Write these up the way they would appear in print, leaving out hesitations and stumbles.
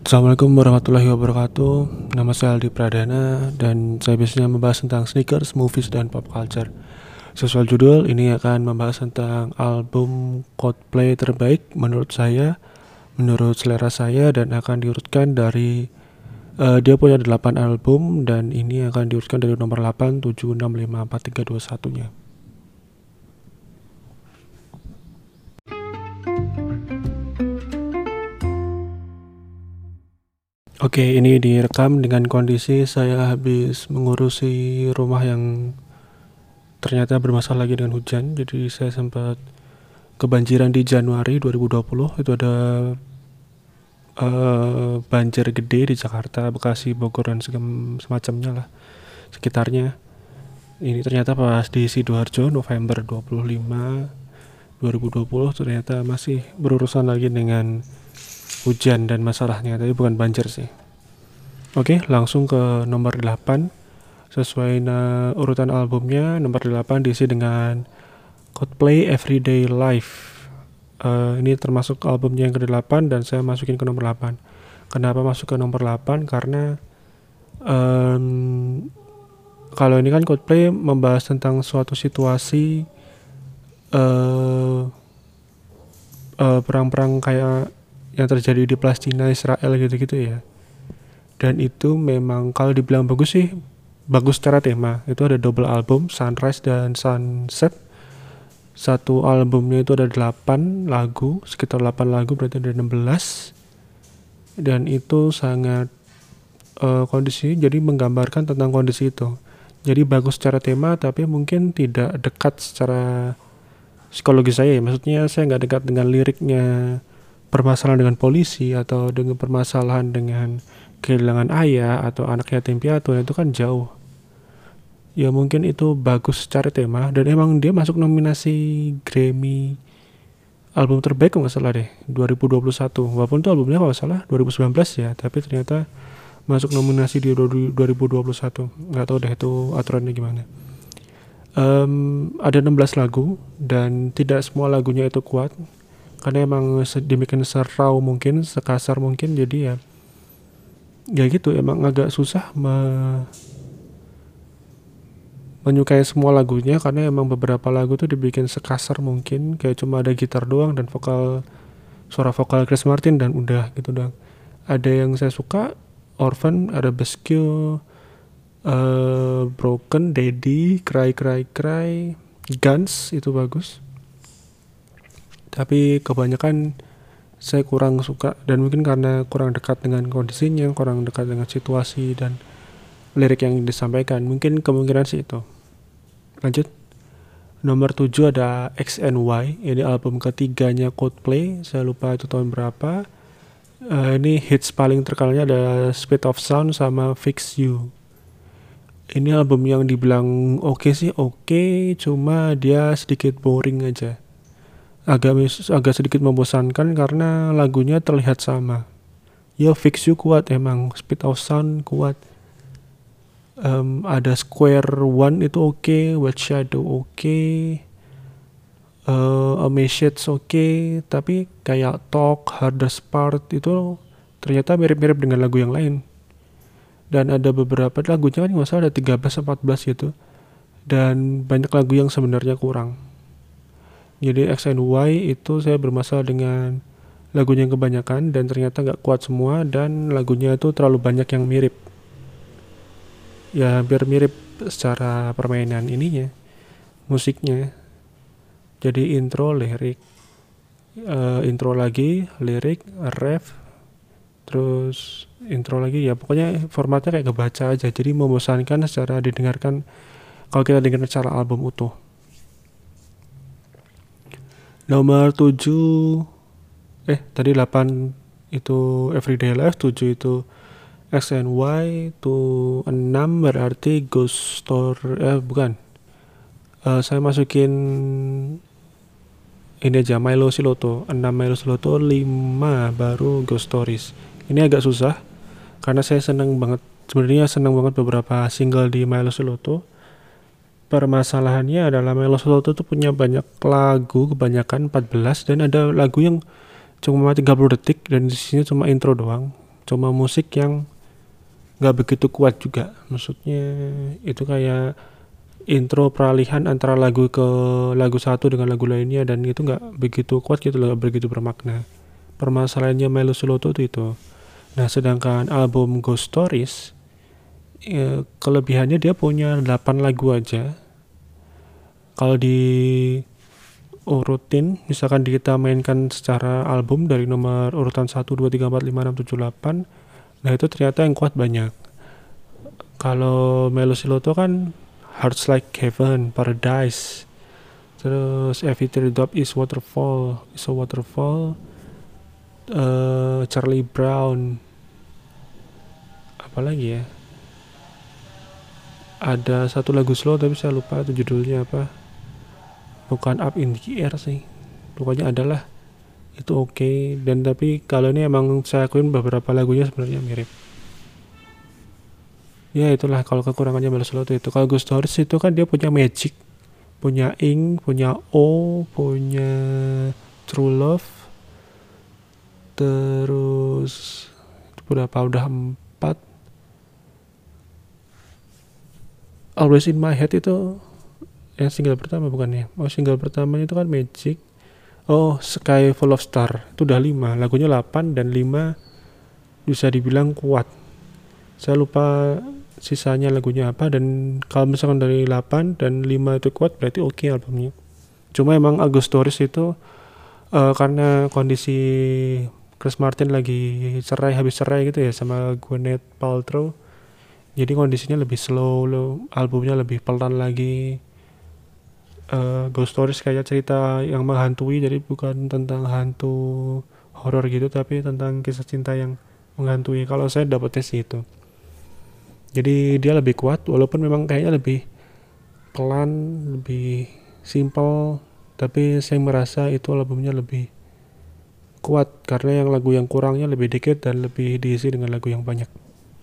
Assalamualaikum warahmatullahi wabarakatuh. Nama saya Aldi Pradana dan saya biasanya membahas tentang sneakers, movies, dan pop culture. Sesuai judul, ini akan membahas tentang album Coldplay terbaik menurut saya, menurut selera saya, dan akan diurutkan dari dia punya 8 album dan ini akan diurutkan dari nomor 8, 7, 6, 5, 4, 3, 2, 1-nya. Oke, ini direkam dengan kondisi saya habis mengurusi rumah yang ternyata bermasalah lagi dengan hujan. Jadi saya sempat kebanjiran di Januari 2020. Itu ada banjir gede di Jakarta, Bekasi, Bogor, dan semacamnya lah, sekitarnya. Ini ternyata pas di Sidoarjo November 25 2020 ternyata masih berurusan lagi dengan hujan dan masalahnya, tapi bukan banjir sih. Oke, langsung ke nomor 8. Sesuai urutan albumnya, nomor 8 diisi dengan Coldplay Everyday Life. Ini termasuk albumnya yang ke-8 dan saya masukin ke nomor 8. Kenapa masuk ke nomor 8? Karena kalau ini kan Coldplay membahas tentang suatu situasi perang-perang kayak yang terjadi di Palestina, Israel gitu-gitu ya. Dan itu memang kalau dibilang bagus sih, bagus secara tema. Itu ada double album, Sunrise dan Sunset. Satu albumnya itu ada 8 lagu, sekitar 8 lagu, berarti ada 16. Dan itu sangat kondisi, jadi menggambarkan tentang kondisi itu. Jadi bagus secara tema, tapi mungkin tidak dekat secara psikologi saya ya. Maksudnya saya nggak dekat dengan liriknya, permasalahan dengan polisi, atau dengan permasalahan dengan kehilangan ayah atau anak yatim piatu, itu kan jauh. Ya mungkin itu bagus secara tema dan emang dia masuk nominasi Grammy album terbaik kalau nggak salah deh 2021. Walaupun itu albumnya kalau nggak salah 2019 ya, tapi ternyata masuk nominasi di 2021. Nggak tahu deh itu aturannya gimana. Ada 16 lagu dan tidak semua lagunya itu kuat karena emang demikian serau mungkin, sekasar mungkin, jadi ya gitu, emang agak susah menyukai semua lagunya karena emang beberapa lagu tuh dibikin sekasar mungkin, kayak cuma ada gitar doang dan suara vokal Chris Martin dan udah gitu doang. Ada yang saya suka, Orphan, ada Basque, Broken, Daddy, Cry Cry Cry, Guns itu bagus. Tapi kebanyakan saya kurang suka dan mungkin karena kurang dekat dengan kondisinya, kurang dekat dengan situasi dan lirik yang disampaikan. Mungkin kemungkinan sih itu. Lanjut. Nomor 7 ada XNY. Ini album ketiganya Coldplay. Saya lupa itu tahun berapa. Ini hits paling terkenalnya ada Speed of Sound sama Fix You. Ini album yang dibilang oke sih, oke, cuma dia sedikit boring aja. Agak sedikit membosankan karena lagunya terlihat sama. Ya Fix You kuat emang, Speed of Sound kuat. Ada Square One itu oke, White Shadow oke, Amazed oke, tapi kayak Talk, Hardest Part itu ternyata mirip-mirip dengan lagu yang lain. Dan ada beberapa lagunya kan nggak salah ada 13-14 gitu. Dan banyak lagu yang sebenarnya kurang. Jadi XNY itu saya bermasalah dengan lagunya yang kebanyakan dan ternyata nggak kuat semua dan lagunya itu terlalu banyak yang mirip. Ya hampir mirip secara permainan ininya, musiknya. Jadi intro, lirik, intro lagi, lirik, ref, terus intro lagi, ya pokoknya formatnya kayak kebaca aja, jadi membosankan secara didengarkan kalau kita dengar secara album utuh. Nomor 7 tadi 8 itu Everyday Life, 7 itu XNY, itu 6 berarti Ghost Story, bukan, saya masukin ini aja, Milo Siloto. 6 Milo Siloto, 5 baru Ghost Stories. Ini agak susah karena saya sebenarnya seneng banget beberapa single di Milo Siloto. Permasalahannya adalah Milo Siloto tuh punya banyak lagu, kebanyakan 14, dan ada lagu yang cuma 30 detik dan di sini cuma intro doang. cuma musik yang nggak begitu kuat juga. Maksudnya itu kayak intro peralihan antara lagu ke lagu satu dengan lagu lainnya, dan itu nggak begitu kuat gitu loh, nggak begitu bermakna. Permasalahannya Melo Sloto itu. Nah, sedangkan album Ghost Stories, kelebihannya dia punya 8 lagu aja. Kalau di urutin, misalkan kita mainkan secara album dari nomor urutan 1, 2, 3, 4, 5, 6, 7, 8, nah itu ternyata yang kuat banyak. Kalau Melo Sloto kan Hearts Like Heaven, Paradise, terus Every Teardrop is Waterfall, is a Waterfall, Charlie Brown, apalagi ya, ada satu lagu slow tapi saya lupa itu judulnya apa, bukan Up in the Air sih, pokoknya adalah itu oke. Dan tapi kalau ini emang saya akuin beberapa lagunya sebenarnya mirip. Ya itulah kalau kekurangannya Melo Sloto itu. Kalau Ghost Stories itu kan dia punya Magic, punya Ink, punya O, punya True Love, terus itu berapa, udah 4. Always in My Head itu yang single pertama bukan ya? Oh, single pertamanya itu kan Magic. Oh, Sky Full of Star itu udah 5, lagunya 8 dan 5 bisa dibilang kuat. Saya lupa sisanya lagunya apa, dan kalau misalkan dari 8 dan 5 itu kuat berarti oke albumnya. Cuma emang August Stories itu karena kondisi Chris Martin lagi habis cerai gitu ya sama Gwyneth Paltrow, jadi kondisinya lebih slow, albumnya lebih pelan lagi. Ghost Stories kayak cerita yang menghantui, jadi bukan tentang hantu horor gitu, tapi tentang kisah cinta yang menghantui. Kalau saya dapetnya sih itu. Jadi dia lebih kuat, walaupun memang kayaknya lebih pelan, lebih simple, tapi saya merasa itu albumnya lebih kuat karena yang lagu yang kurangnya lebih dikit dan lebih diisi dengan lagu yang banyak.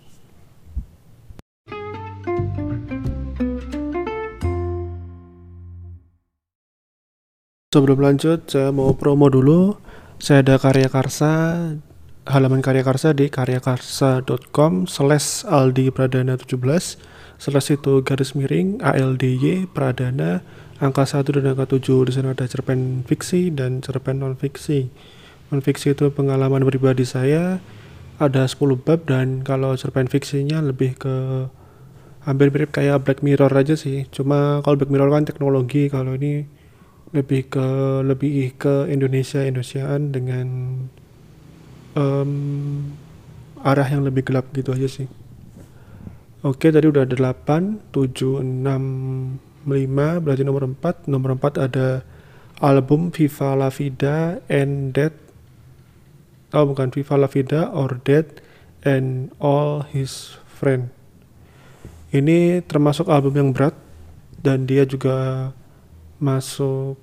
Sebelum lanjut, saya mau promo dulu. Saya ada Karya Karsa, halaman Karya Karsa di karyakarsa.com/Aldi Pradana 17, itu garis miring ALDY Pradana angka 1 dan angka 7. Di sana ada cerpen fiksi dan cerpen non fiksi. Non fiksi itu pengalaman pribadi saya, ada 10 bab, dan kalau cerpen fiksinya lebih ke hampir mirip kayak Black Mirror aja sih. Cuma kalau Black Mirror kan teknologi, kalau ini lebih ke Indonesiaan dengan arah yang lebih gelap gitu aja sih. Oke, tadi udah ada 8, 7, 6, 5, berarti nomor 4. Nomor 4 ada album Viva La Vida and Dead. Oh bukan, Viva La Vida or Dead and All His Friend. Ini termasuk album yang berat, dan dia juga masuk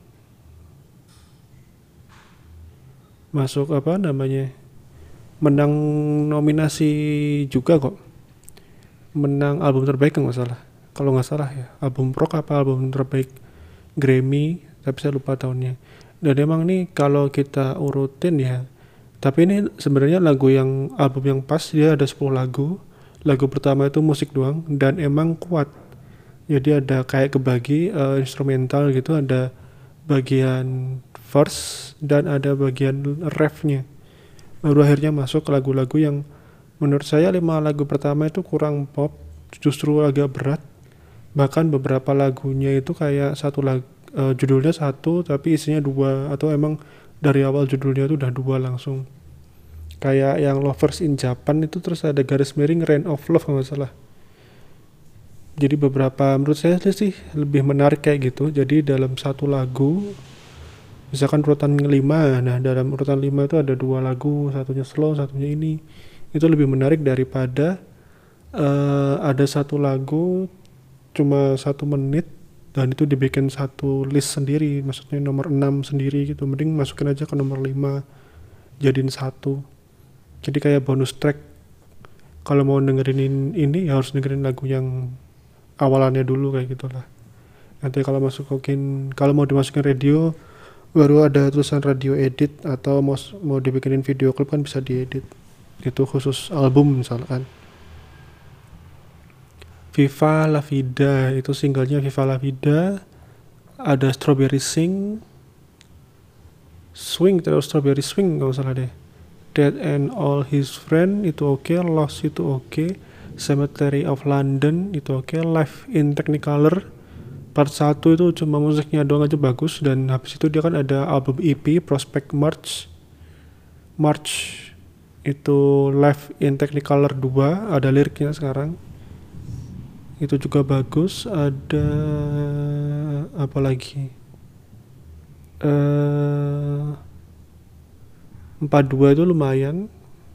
apa namanya, menang nominasi juga kok, menang album terbaik kalau nggak salah ya, album rock apa album terbaik Grammy, tapi saya lupa tahunnya. Dan emang nih kalau kita urutin ya, tapi ini sebenarnya lagu yang album yang pas, dia ada 10 lagu. Lagu pertama itu musik doang dan emang kuat. Jadi ada kayak kebagi instrumental gitu, ada bagian verse dan ada bagian refnya. Baru akhirnya masuk ke lagu-lagu yang menurut saya 5 lagu pertama itu kurang pop, justru agak berat. Bahkan beberapa lagunya itu kayak satu lagu, judulnya satu tapi isinya 2, atau emang dari awal judulnya itu udah 2 langsung. Kayak yang Lovers in Japan itu terus ada garis miring Rain of Love kalau nggak salah. Jadi beberapa menurut saya sih lebih menarik kayak gitu. Jadi dalam satu lagu, misalkan urutan 5, nah dalam urutan 5 itu ada 2 lagu, satunya slow, satunya ini. Itu lebih menarik daripada ada satu lagu cuma 1 menit dan itu dibikin satu list sendiri, maksudnya nomor 6 sendiri gitu. Mending masukin aja ke nomor 5, jadiin 1. Jadi kayak bonus track. Kalau mau dengerin ini ya harus dengerin lagu yang awalannya dulu kayak gitulah. Nanti kalau mau dimasukin radio, baru ada tulisan radio edit, atau mau dibikinin video klip kan bisa diedit. itu khusus album misalkan. Viva La Vida itu singlenya Viva La Vida. Ada Strawberry Swing terus Strawberry Swing kalau salah deh. Dead and All His Friend itu oke, Lost itu oke, Cemetery of London itu oke, Live in Technicolor part 1 itu cuma musiknya doang aja bagus. Dan habis itu dia kan ada album EP Prospect March itu Live in Technicolor 2, ada liriknya sekarang, itu juga bagus. Ada apa lagi, 42 itu lumayan.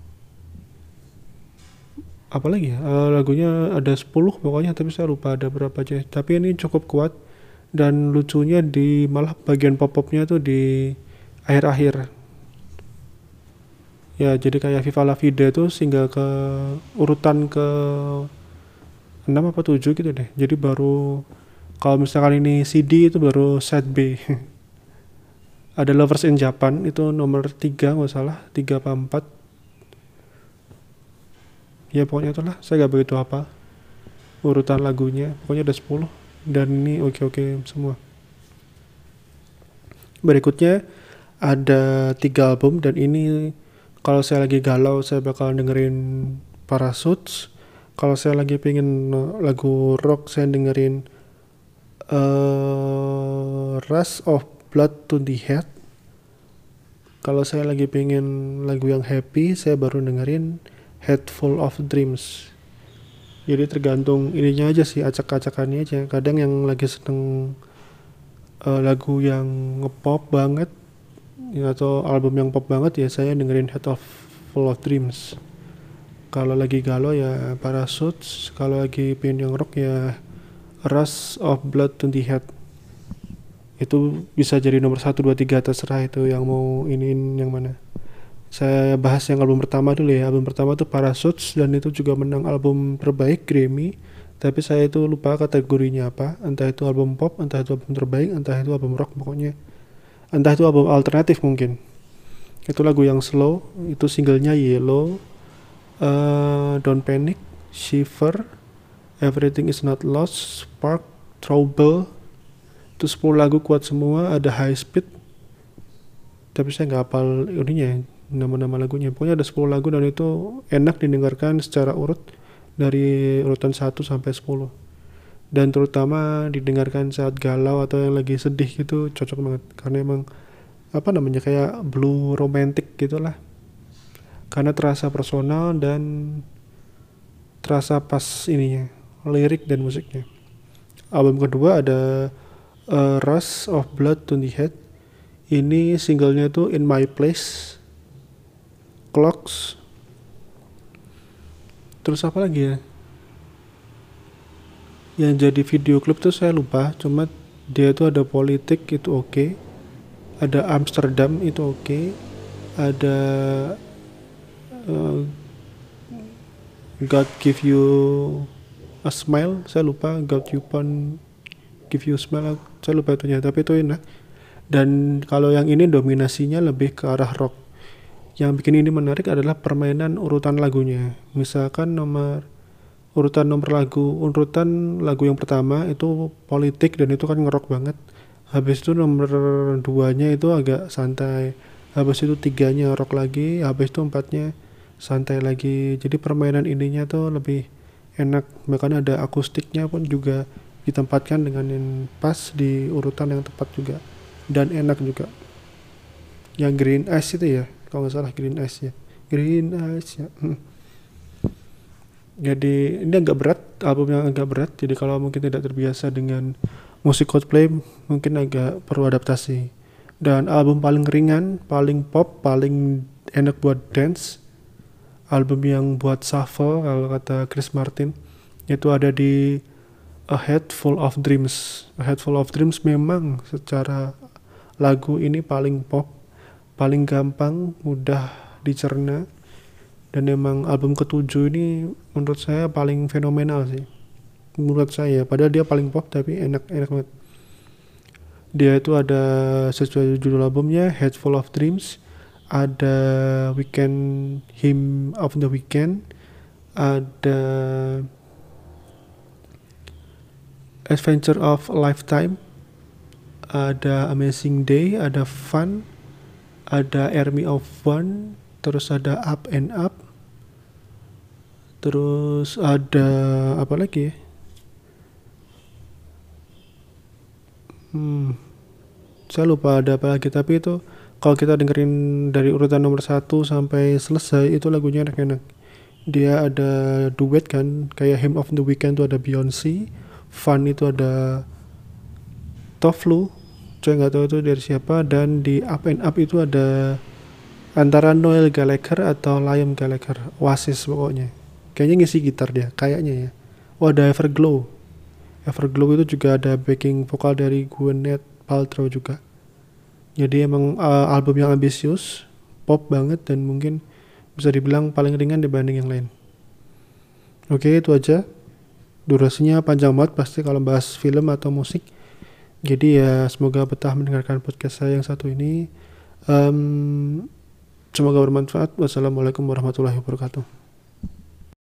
Apalagi ya, lagunya ada 10 pokoknya, tapi saya lupa ada berapa aja. Tapi ini cukup kuat, dan lucunya di malah bagian pop-popnya tuh di akhir-akhir. Ya jadi kayak Viva La Vida itu single ke urutan ke 6 apa 7 gitu deh. Jadi baru kalau misalkan ini CD itu baru side B. Ada Lovers in Japan itu nomor 3 nggak salah, 3 apa 4. Ya pokoknya itulah, saya gak begitu apa urutan lagunya, pokoknya ada 10 dan ini oke-oke semua. Berikutnya ada 3 album, dan ini kalau saya lagi galau saya bakal dengerin Parachutes. Kalau saya lagi pengen lagu rock saya dengerin Rush of Blood to the Head. Kalau saya lagi pengen lagu yang happy saya baru dengerin Head Full of Dreams. Jadi tergantung ininya aja sih, acak-acakannya aja. Kadang yang lagi seneng lagu yang ngepop banget ya, atau album yang pop banget ya saya dengerin Head Full of Dreams. Kalau lagi galau ya Parachutes. Kalau lagi pengen yang rock ya Rush of Blood to the Head. Itu bisa jadi nomor 1, 2, 3 terserah itu yang mau iniin yang mana. Saya bahas yang album pertama dulu ya. Album pertama tuh Parachutes, dan itu juga menang album terbaik Grammy. Tapi saya itu lupa kategorinya apa. Entah itu album pop, entah itu album terbaik, entah itu album rock pokoknya. Entah itu album alternatif mungkin. Itu lagu yang slow. Itu singlenya Yellow, Don't Panic, Shiver, Everything Is Not Lost, Spark, Trouble. Itu 10 lagu kuat semua. Ada High Speed, tapi saya gak hafal ininya, nama-nama lagunya. Pokoknya ada 10 lagu dan itu enak didengarkan secara urut dari urutan 1 sampai 10. Dan terutama didengarkan saat galau atau yang lagi sedih gitu cocok banget. Karena emang apa namanya, kayak blue romantic gitulah. Karena terasa personal dan terasa pas ininya, lirik dan musiknya. Album kedua ada Rush of Blood to the Head. Ini singlenya tuh In My Place, Clocks. Terus apa lagi ya? Yang jadi video klip tuh saya lupa, cuma dia tuh ada Politik itu oke. Ada Amsterdam itu oke. Ada God Give You a Smile, saya lupa. God You Pun Give You a Smile, saya lupa itunya, tapi itu enak. Dan kalau yang ini dominasinya lebih ke arah rock. Yang bikin ini menarik adalah permainan urutan lagunya. Misalkan urutan lagu yang pertama itu Politik, dan itu kan ngerok banget. Habis itu nomor 2-nya itu agak santai. Habis itu 3-nya rock lagi. Habis itu 4-nya santai lagi. Jadi permainan ininya tuh lebih enak. Bahkan ada akustiknya pun juga ditempatkan dengan yang pas di urutan yang tepat juga. Dan enak juga. Yang Green Eyes itu ya, kalau nggak salah Green Eyes ya. Green Eyes ya. Jadi ini agak berat, album yang agak berat. Jadi kalau mungkin tidak terbiasa dengan musik Coldplay mungkin agak perlu adaptasi. Dan album paling ringan, paling pop, paling enak buat dance. Album yang buat shuffle kalau kata Chris Martin. Itu ada di A Head Full of Dreams. A Head Full of Dreams memang secara lagu ini paling pop, paling gampang, mudah dicerna. Dan emang album ke-7 ini menurut saya paling fenomenal sih. Menurut saya, padahal dia paling pop tapi enak banget. Dia itu ada sesuai judul albumnya, Head Full of Dreams. ada Weekend Hymn of the Weekend, ada Adventure of a Lifetime, ada Amazing Day, ada Fun, ada Army of One, terus ada Up and Up, terus ada apa lagi ya? Saya lupa ada apa lagi, tapi itu kalau kita dengerin dari urutan nomor 1 sampai selesai itu lagunya enak-enak. Dia ada duet kan, kayak Hymn of the Weekend tuh ada Beyonce, Fun itu ada Toflu, saya nggak tahu itu dari siapa, dan di Up and Up itu ada antara Noel Gallagher atau Liam Gallagher, Oasis pokoknya. Kayaknya ngisi gitar dia, kayaknya ya. Oh ada Everglow. Everglow itu juga ada backing vokal dari Gwyneth Paltrow juga. Jadi emang album yang ambisius, pop banget, dan mungkin bisa dibilang paling ringan dibanding yang lain. Oke, itu aja. Durasinya panjang banget pasti kalau bahas film atau musik. Jadi ya semoga betah mendengarkan podcast saya yang satu ini. Semoga bermanfaat. Wassalamualaikum warahmatullahi wabarakatuh.